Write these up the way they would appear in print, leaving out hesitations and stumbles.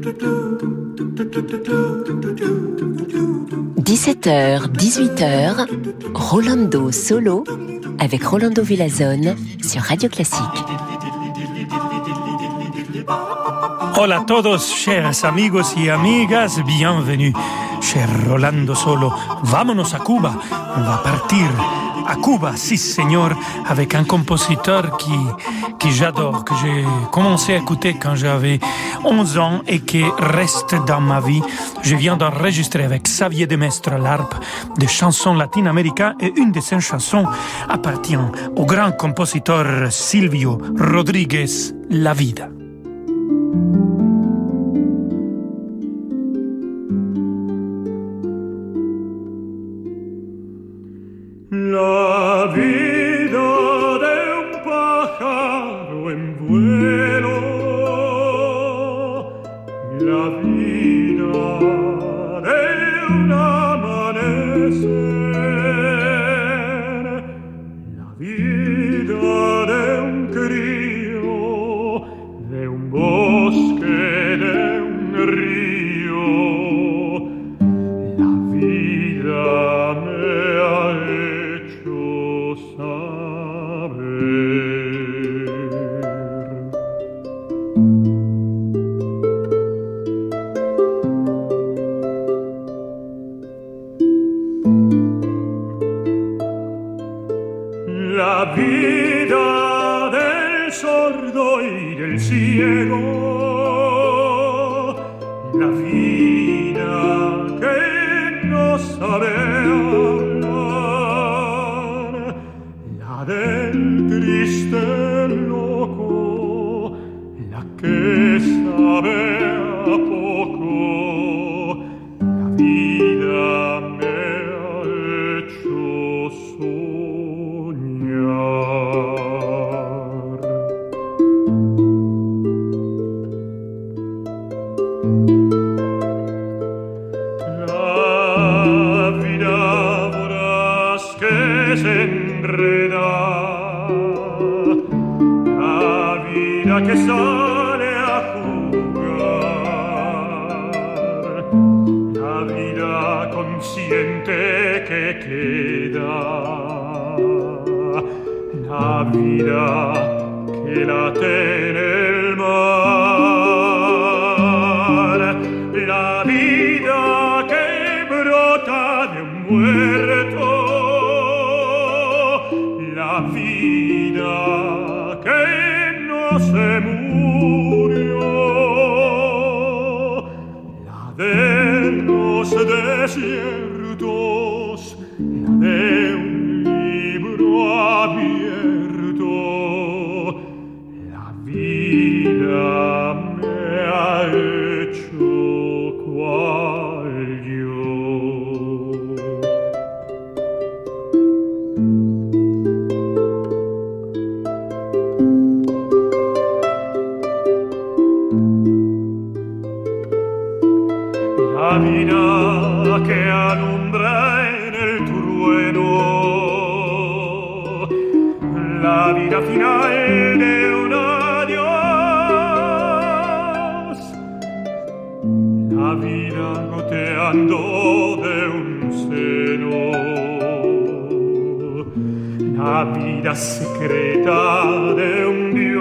17h, 18h, Rolando Solo avec Rolando Villazone sur Radio Classique. Hola a todos, chers amigos y amigas, bienvenue. Cher Rolando Solo, vámonos a Cuba. On va partir à Cuba, si señor, avec un compositeur qui j'adore, que j'ai commencé à écouter quand j'avais 11 ans et qui reste dans ma vie. Je viens d'enregistrer avec Xavier de Mestre à l'harpe des chansons latino-américaines et une de ces chansons appartient au grand compositeur Silvio Rodríguez, La Vida. La vida de un pájaro en vuelo, la vida de un amanecer, la vida de un crío, de un bosque, de un río, la vida me ha hecho saber. La vida del sordo y del ciego, la vida que no sabe hablar, la del triste loco, la que sabe a poco, la vida me ha hecho soñar. La vida voraz que se enreda, la vida que sale a jugar, la vida consciente que queda, la vida que late en el mar, la vida que brota de un muerto, la vida que no se murió, la de los desiertos, la de un libro abierto, la vida me ha hecho cual yo. La vida que alumbra en el trueno, la vida final de un adiós, la vida goteando de un seno, la vida secreta de un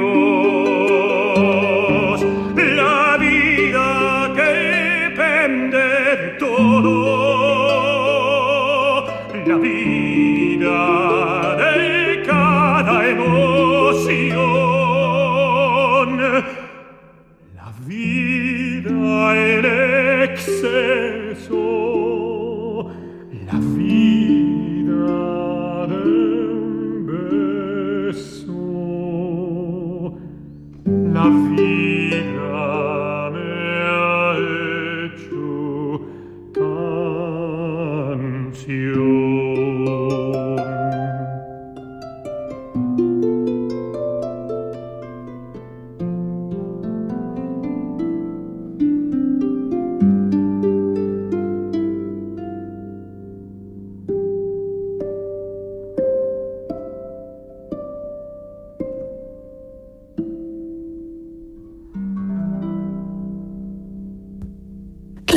dios, la vida que pende de todo, la vida de cada emoción, la vida en exceso, la vida de un beso, la vida me ha hecho canción.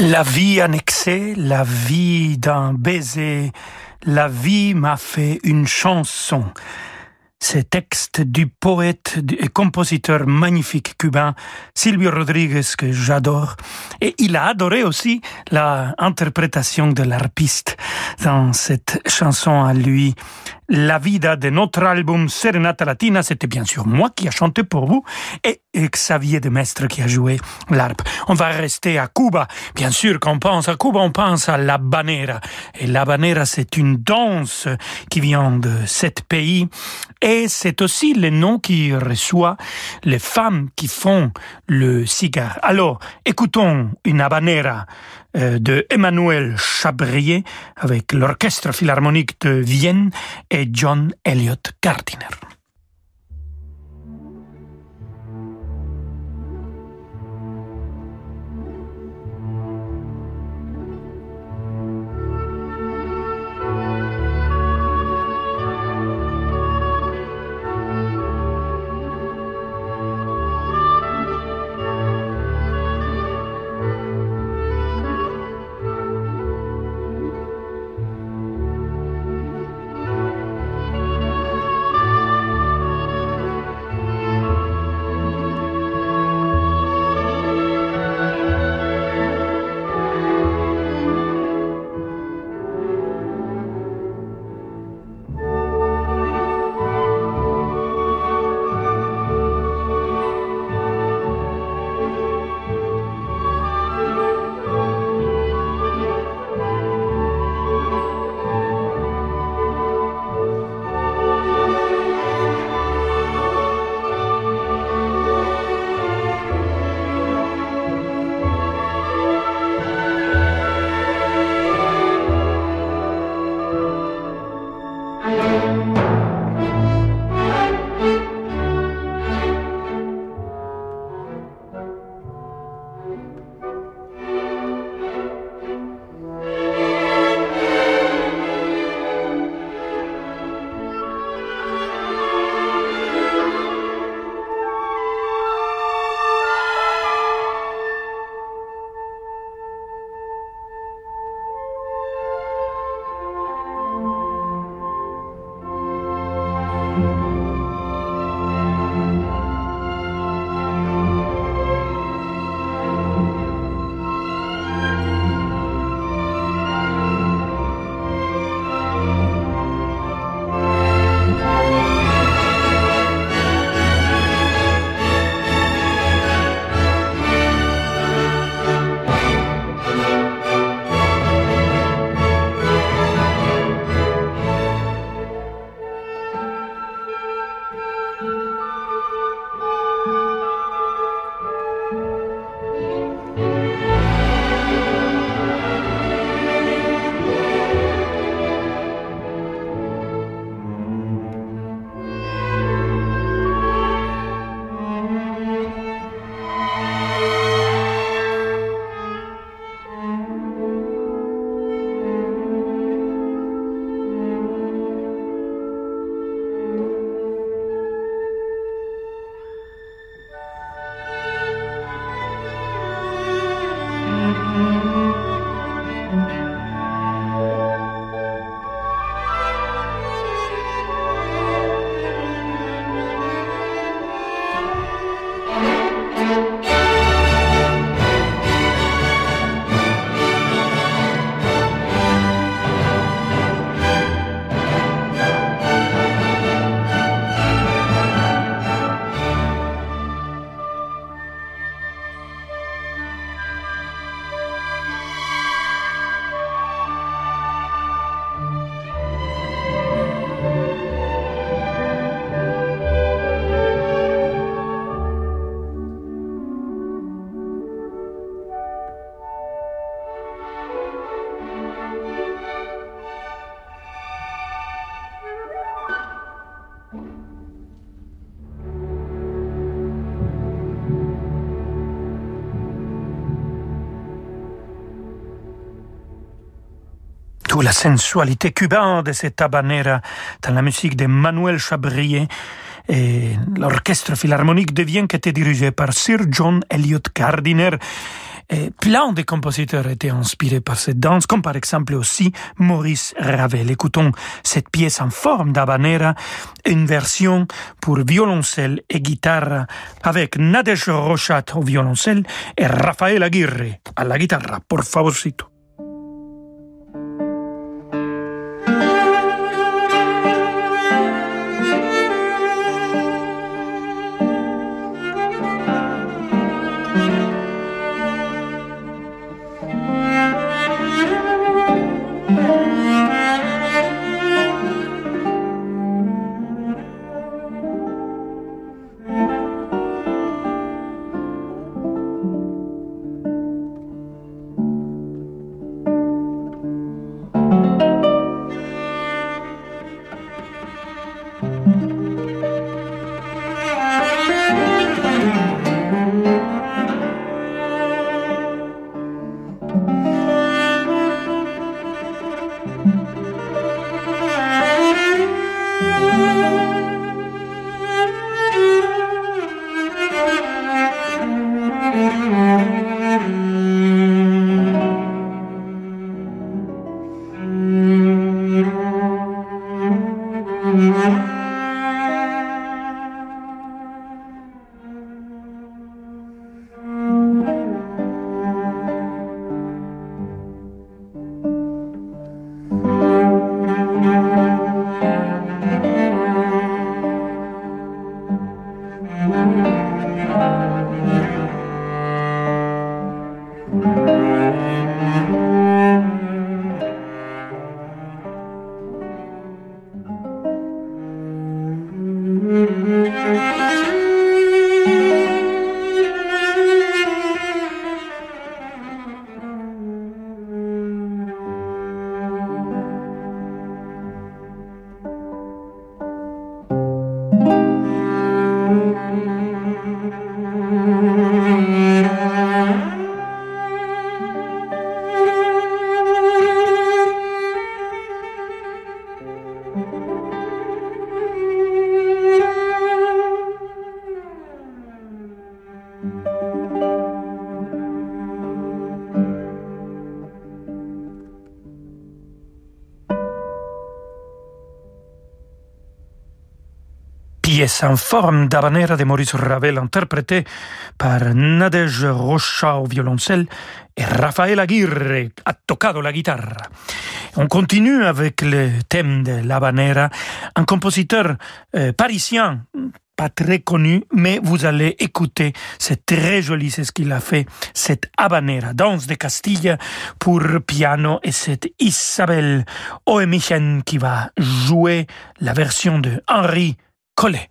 La vie annexée, la vie d'un baiser, la vie m'a fait une chanson. Ces textes du poète et compositeur magnifique cubain Silvio Rodríguez que j'adore. Et il a adoré aussi l'interprétation de l'harpiste dans cette chanson à lui. La vida de notre album Serenata Latina, c'était bien sûr moi qui a chanté pour vous et Xavier de Mestre qui a joué l'harpe. On va rester à Cuba. Bien sûr, quand on pense à Cuba, on pense à l'habanera. Et l'habanera, c'est une danse qui vient de cet pays. Et c'est aussi le nom qui reçoit les femmes qui font le cigare. Alors, écoutons une habanera de Emmanuel Chabrier avec l'Orchestre Philharmonique de Vienne et John Elliott Gardiner. La sensualité cubaine de cette habanera dans la musique de Manuel Chabrier et l'Orchestre Philharmonique de Vienne qui était dirigé par Sir John Elliott Gardiner. Et plein de compositeurs étaient inspirés par cette danse, comme par exemple aussi Maurice Ravel. Écoutons cette pièce en forme d'habanera, une version pour violoncelle et guitare avec Nadège Rochat au violoncelle et Rafael Aguirre à la guitare. Por favorcito. Pièce en forme d'habanera de Maurice Ravel interprétée par Nadège Rochat au violoncelle et Rafael Aguirre a tocado la guitare. On continue avec le thème de l'habanera, un compositeur parisien, pas très connu, mais vous allez écouter, c'est très joli, c'est ce qu'il a fait, cette habanera, danse de Castille pour piano, et c'est Isabelle Oemichen qui va jouer la version de Henri Collet.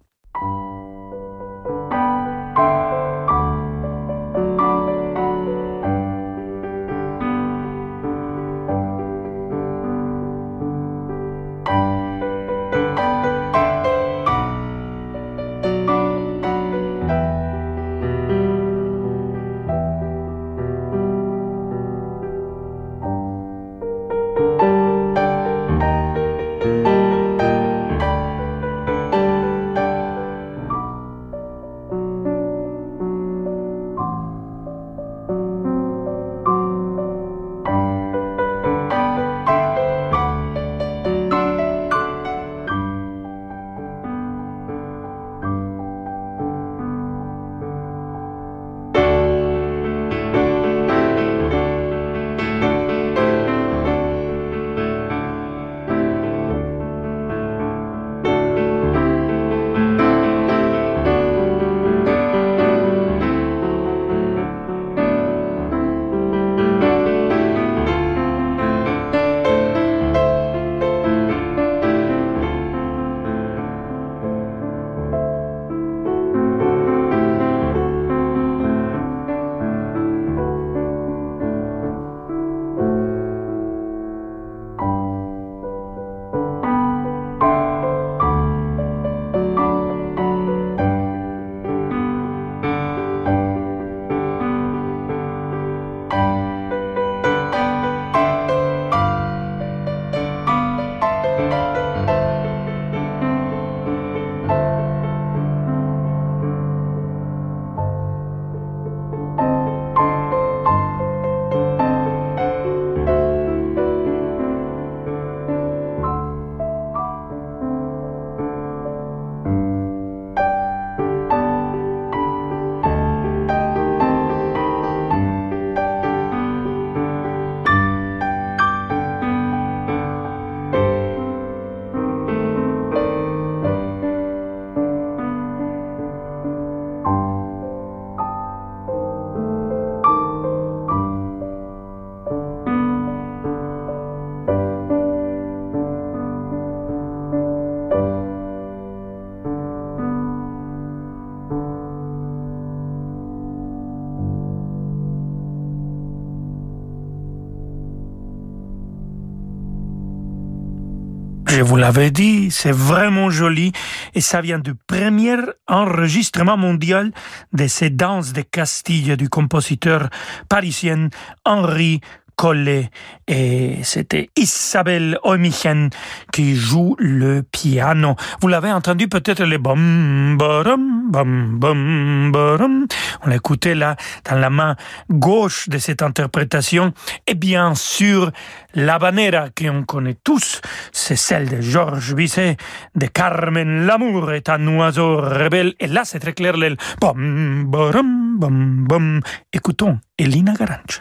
Je vous l'avais dit, c'est vraiment joli et ça vient du premier enregistrement mondial de ces danses de Castille du compositeur parisien Henri Collet, et c'était Isabelle Oemichen qui joue le piano. Vous l'avez entendu peut-être les bam baram bam bam baram. On l'écoutait là dans la main gauche de cette interprétation, et bien sûr l'habanera qu'on connaît tous, c'est celle de Georges Bizet, de Carmen. L'amour est un oiseau rebelle, et là c'est très clair le bam baram bam bam. Écoutons Elina Garancha.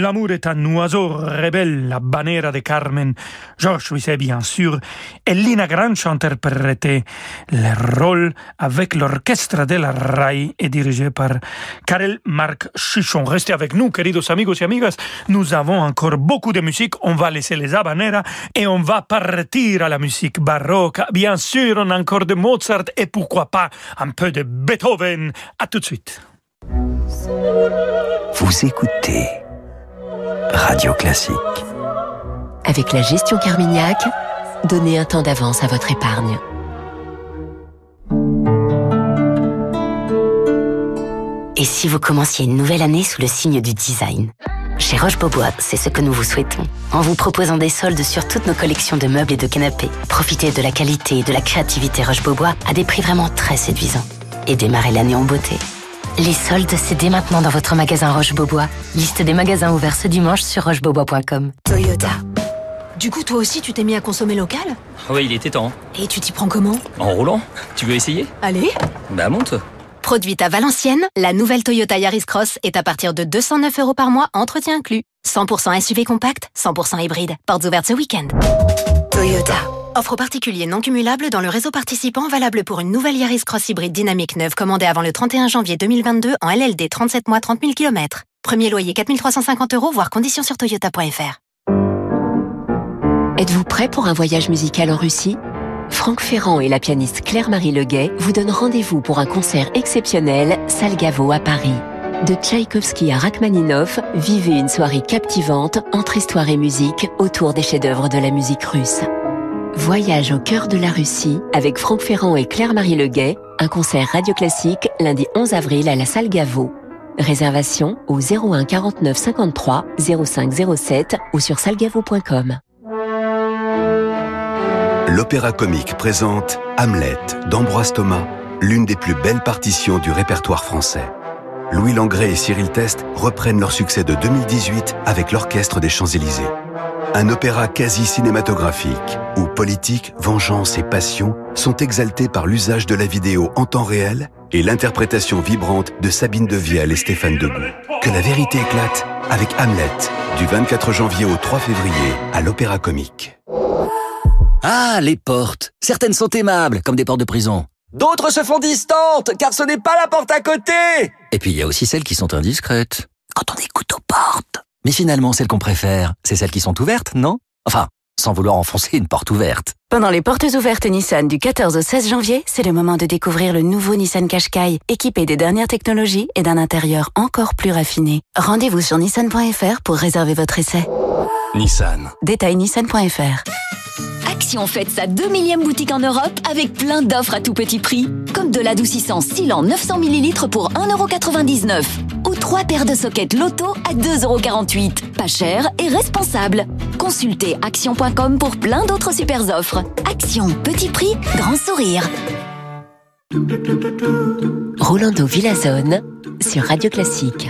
L'amour est un oiseau rebelle, la bannière de Carmen. Georges Bizet, bien sûr, et Lina Granch interprétait le rôle avec l'orchestre de la RAI et dirigé par Karel Marc Chichon. Restez avec nous, queridos amigos y amigas. Nous avons encore beaucoup de musique. On va laisser les habaneras et on va partir à la musique baroque. Bien sûr, on a encore de Mozart et pourquoi pas un peu de Beethoven. À tout de suite. Vous écoutez Radio Classique. Avec la gestion Carmignac, donnez un temps d'avance à votre épargne. Et si vous commenciez une nouvelle année sous le signe du design ? Chez Roche-Beaubois, c'est ce que nous vous souhaitons. En vous proposant des soldes sur toutes nos collections de meubles et de canapés, profitez de la qualité et de la créativité Roche-Beaubois à des prix vraiment très séduisants. Et démarrez l'année en beauté. Les soldes, c'est dès maintenant dans votre magasin Roche-Beaubois. Liste des magasins ouverts ce dimanche sur rochebeaubois.com. Toyota. Du coup, toi aussi, tu t'es mis à consommer local ? Oui, il était temps. Et tu t'y prends comment ? En roulant. Tu veux essayer ? Allez. Bah monte. Produite à Valenciennes, la nouvelle Toyota Yaris Cross est à partir de 209 € par mois, entretien inclus. 100% SUV compact, 100% hybride. Portes ouvertes ce week-end. Toyota. Offre aux particuliers non cumulable dans le réseau participant valable pour une nouvelle Yaris Cross hybride dynamique neuve commandée avant le 31 janvier 2022 en LLD 37 mois 30 000 km. Premier loyer 4 350 €, voire conditions sur toyota.fr. Êtes-vous prêt pour un voyage musical en Russie ? Franck Ferrand et la pianiste Claire-Marie Leguet vous donnent rendez-vous pour un concert exceptionnel Salgavo à Paris. De Tchaïkovski à Rachmaninov, vivez une soirée captivante entre histoire et musique autour des chefs-d'œuvre de la musique russe. Voyage au cœur de la Russie avec Franck Ferrand et Claire-Marie Leguet, un concert Radio Classique lundi 11 avril à la salle Gaveau. Réservation au 01 49 53 05 07 ou sur salgavo.com. L'Opéra Comique présente Hamlet d'Ambroise Thomas, l'une des plus belles partitions du répertoire français. Louis Langrée et Cyril Test reprennent leur succès de 2018 avec l'Orchestre des Champs-Élysées. Un opéra quasi cinématographique où politique, vengeance et passion sont exaltés par l'usage de la vidéo en temps réel et l'interprétation vibrante de Sabine Devielle et Stéphane Degout. Que la vérité éclate avec Hamlet, du 24 janvier au 3 février à l'Opéra Comique. Ah, les portes. Certaines sont aimables, comme des portes de prison. D'autres se font distantes, car ce n'est pas la porte à côté. Et puis il y a aussi celles qui sont indiscrètes. Quand on écoute aux portes. Mais finalement, celles qu'on préfère, c'est celles qui sont ouvertes, non ? Enfin, sans vouloir enfoncer une porte ouverte. Pendant les portes ouvertes Nissan du 14 au 16 janvier, c'est le moment de découvrir le nouveau Nissan Qashqai, équipé des dernières technologies et d'un intérieur encore plus raffiné. Rendez-vous sur nissan.fr pour réserver votre essai. Nissan. Détail nissan.fr. Action fête sa 2 millième boutique en Europe avec plein d'offres à tout petit prix. Comme de l'adoucissant Silan 900 ml pour 1,99 € ou 3 paires de sockets Lotto à 2,48 €. Pas cher et responsable. Consultez action.com pour plein d'autres super offres. Action, petit prix, grand sourire. Rolando Villazone sur Radio Classique.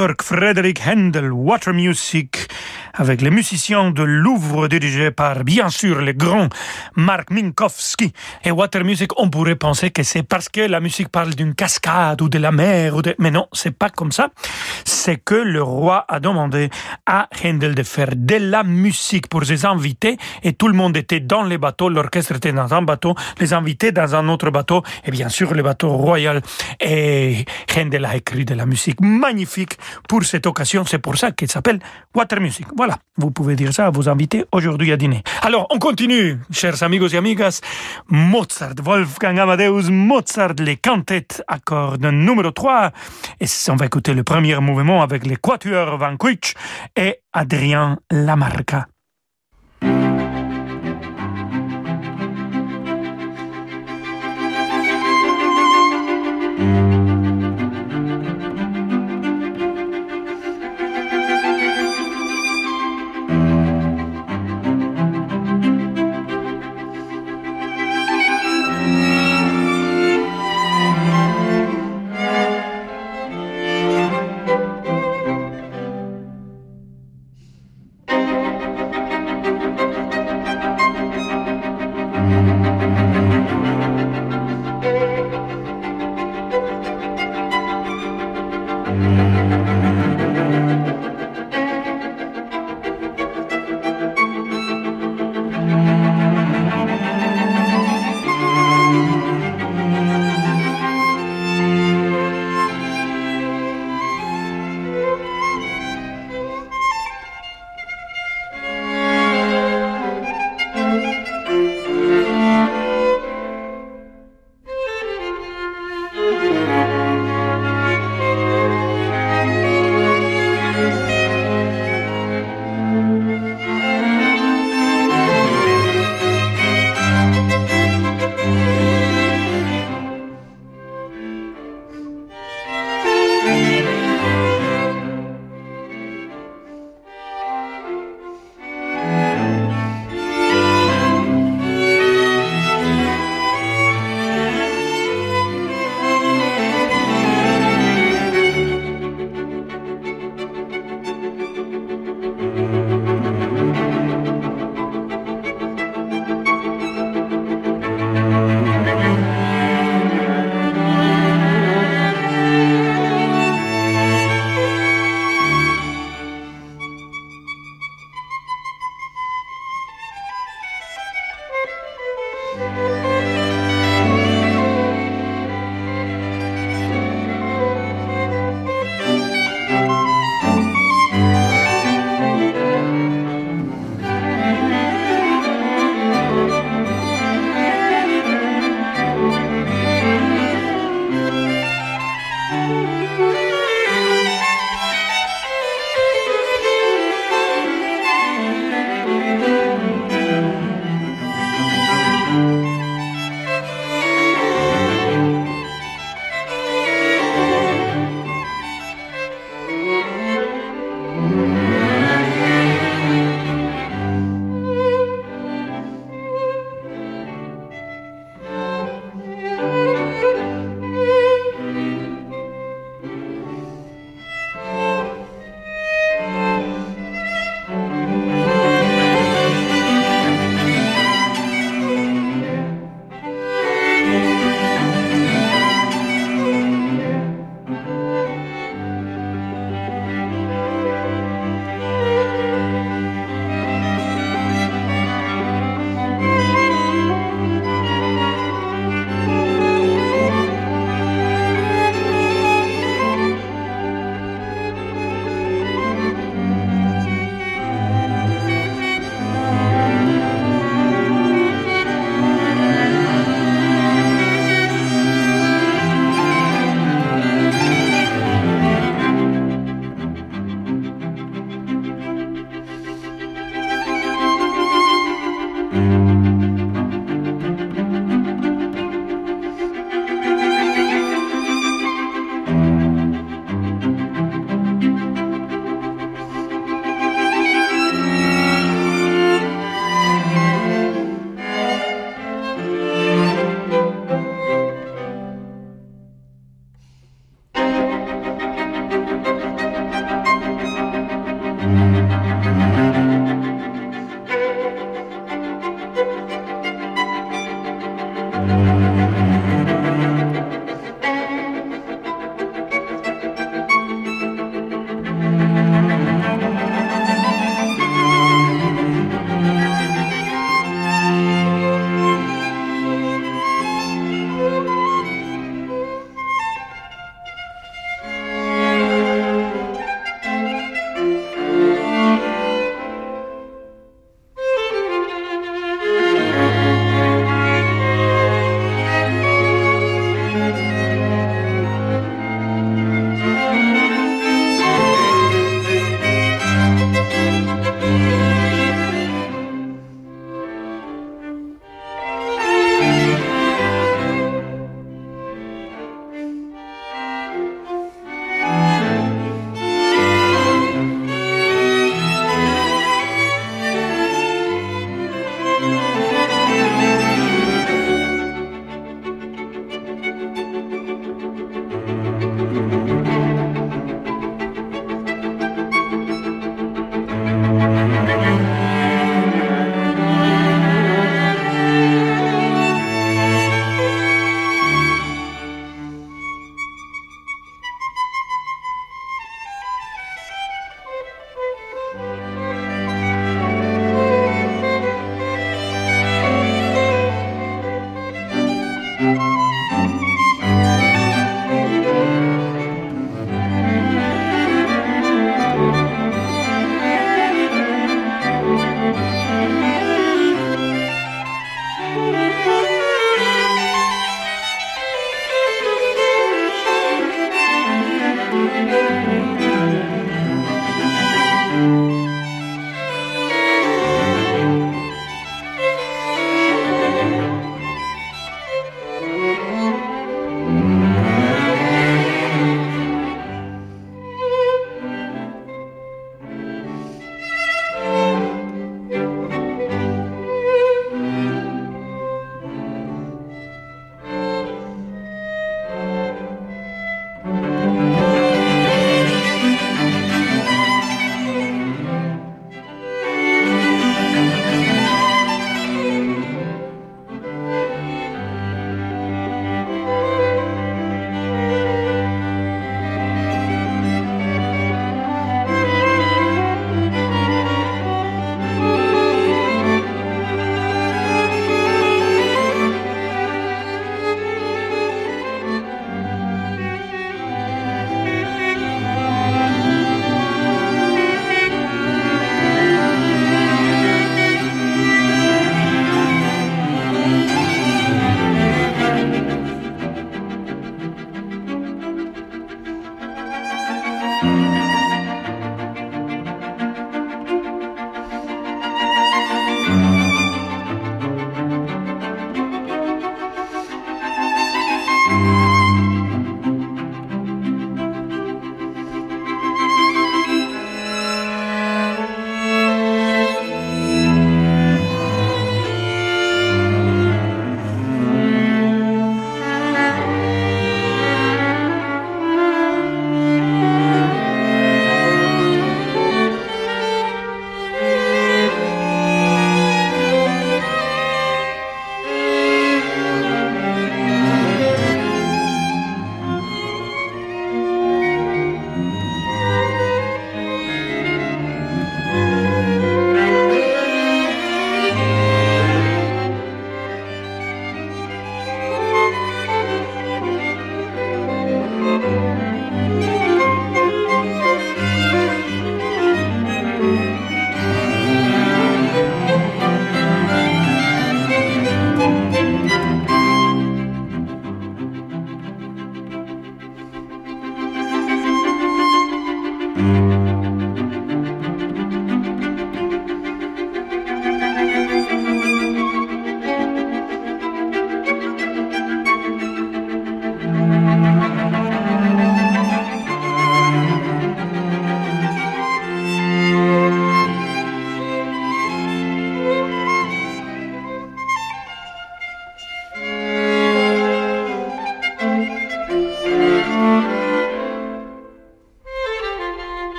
Georg Friedrich Händel, Water Music, avec les musiciens de Louvre dirigés par, bien sûr, le grand Mark Minkowski. Et Water Music, on pourrait penser que c'est parce que la musique parle d'une cascade ou de la mer, mais non, c'est pas comme ça. C'est que le roi a demandé à Händel de faire de la musique pour ses invités et tout le monde était dans les bateaux, l'orchestre était dans un bateau, les invités dans un autre bateau et bien sûr le bateau royal. Et Händel a écrit de la musique magnifique pour cette occasion, c'est pour ça qu'elle s'appelle Water Music. Voilà, vous pouvez dire ça à vos invités aujourd'hui à dîner. Alors, on continue, chers amigos et amigas. Mozart, Wolfgang Amadeus Mozart, les cantates à cordes numéro 3. Et on va écouter le premier mouvement avec les quatuors Van Cuyk et Adrien Lamarca.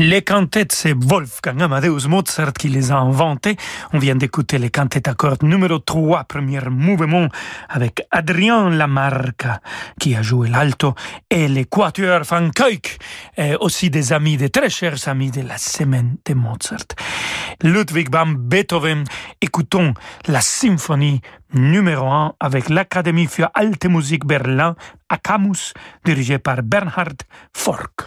Les cantates, c'est Wolfgang Amadeus Mozart qui les a inventées. On vient d'écouter les cantates à cordes numéro 3, premier mouvement, avec Adrien Lamarca qui a joué l'alto, et les quatuors Van Kuyk, aussi des amis, des très chers amis de la semaine de Mozart. Ludwig van Beethoven, écoutons la symphonie numéro 1 avec l'Académie für Alte Musik Berlin à Camus, dirigée par Bernhard Forck.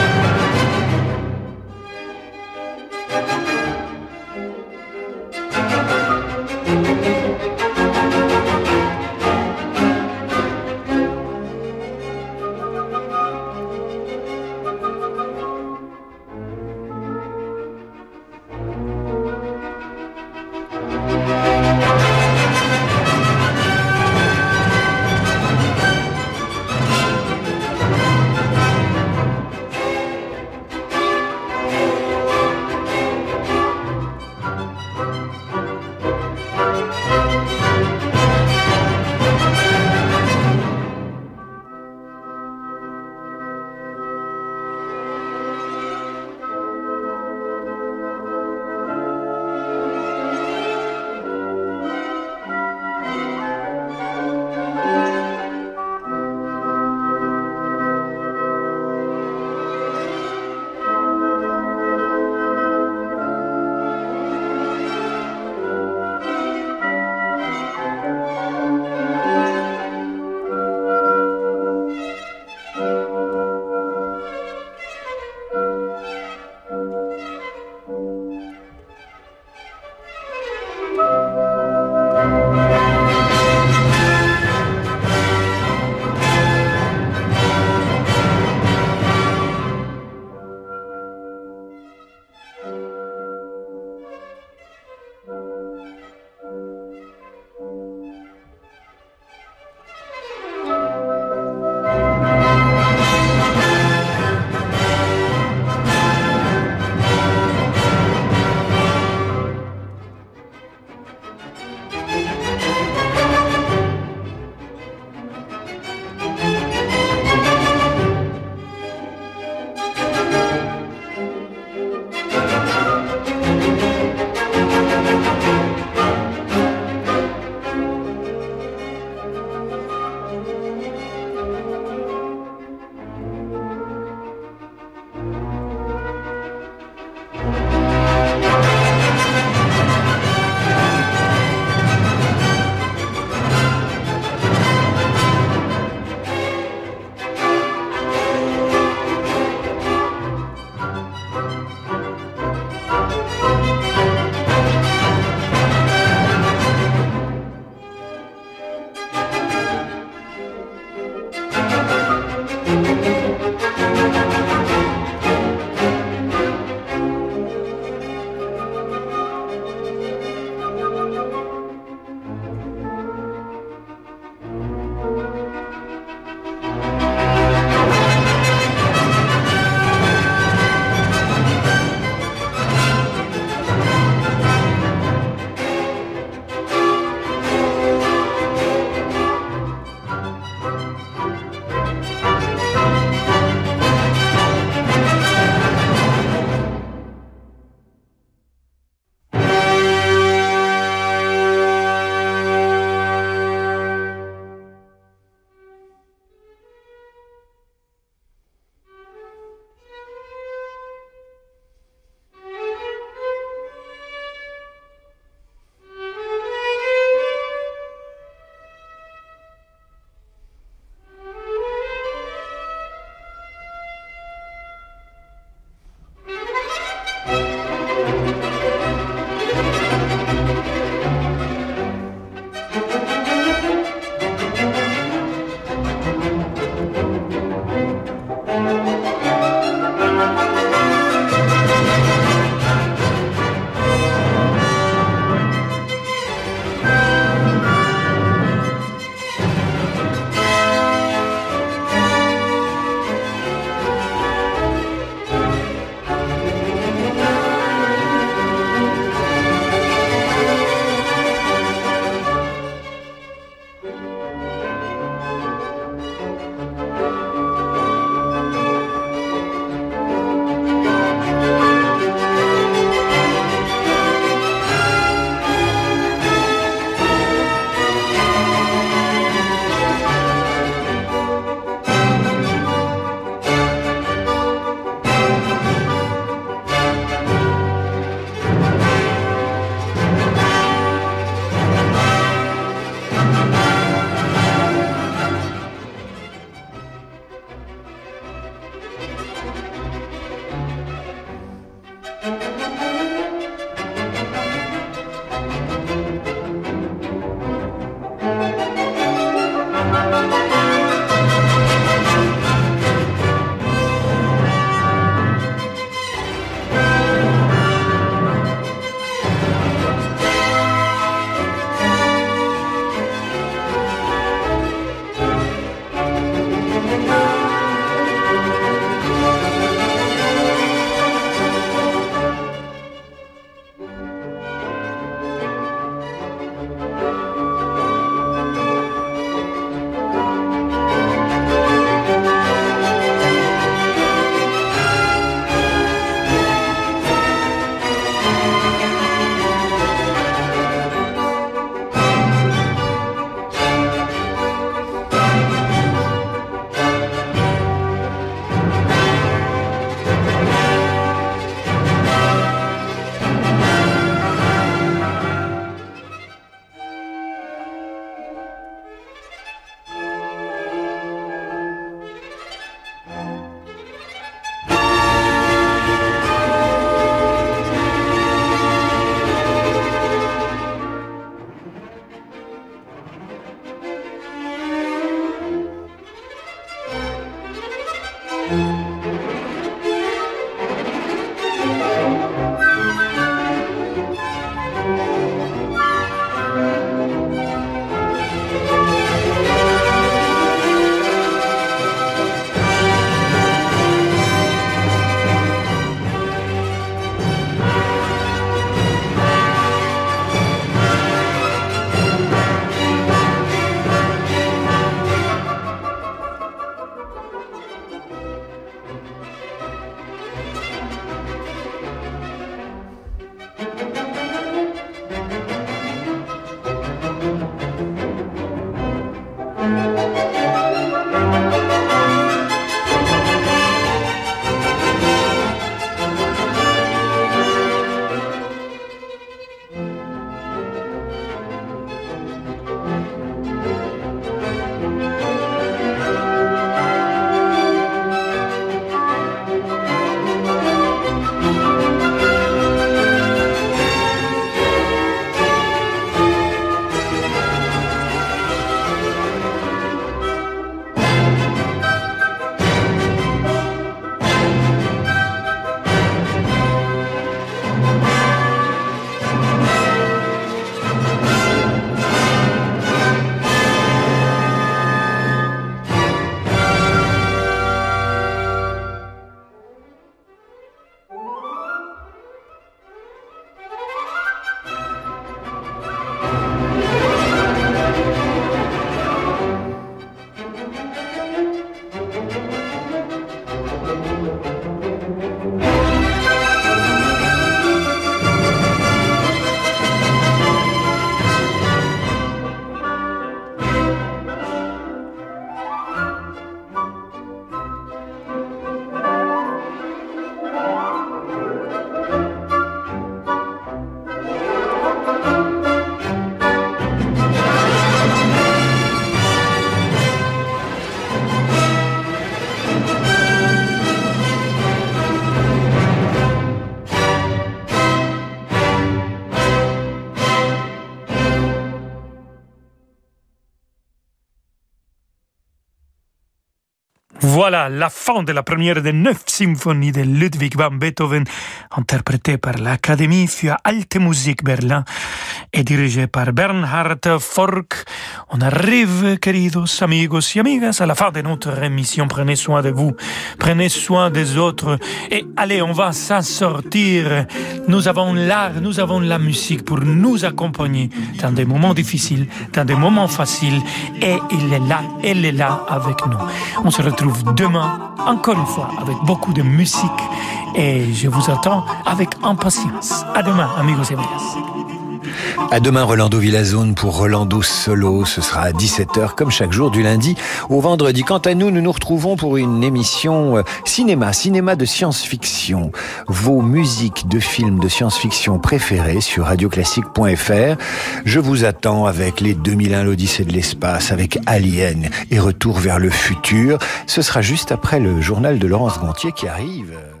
Voilà la fin de la première des 9 symphonies de Ludwig van Beethoven, interprétée par l'Académie für Alte Musik Berlin et dirigée par Bernhard Fork. On arrive, queridos amigos y amigas, à la fin de notre émission. Prenez soin de vous, prenez soin des autres et allez, on va s'en sortir. Nous avons l'art, nous avons la musique pour nous accompagner dans des moments difficiles, dans des moments faciles, et elle est là avec nous. On se retrouve demain, encore une fois, avec beaucoup de musique, et je vous attends avec impatience. À demain, amigos et amigas. À demain, Rolando Villazone pour Rolando Solo. Ce sera à 17h, comme chaque jour, du lundi au vendredi. Quant à nous, nous nous retrouvons pour une émission cinéma de science-fiction. Vos musiques de films de science-fiction préférées sur radioclassique.fr. Je vous attends avec les 2001, l'Odyssée de l'espace, avec Alien et Retour vers le futur. Ce sera juste après le journal de Laurence Gontier qui arrive.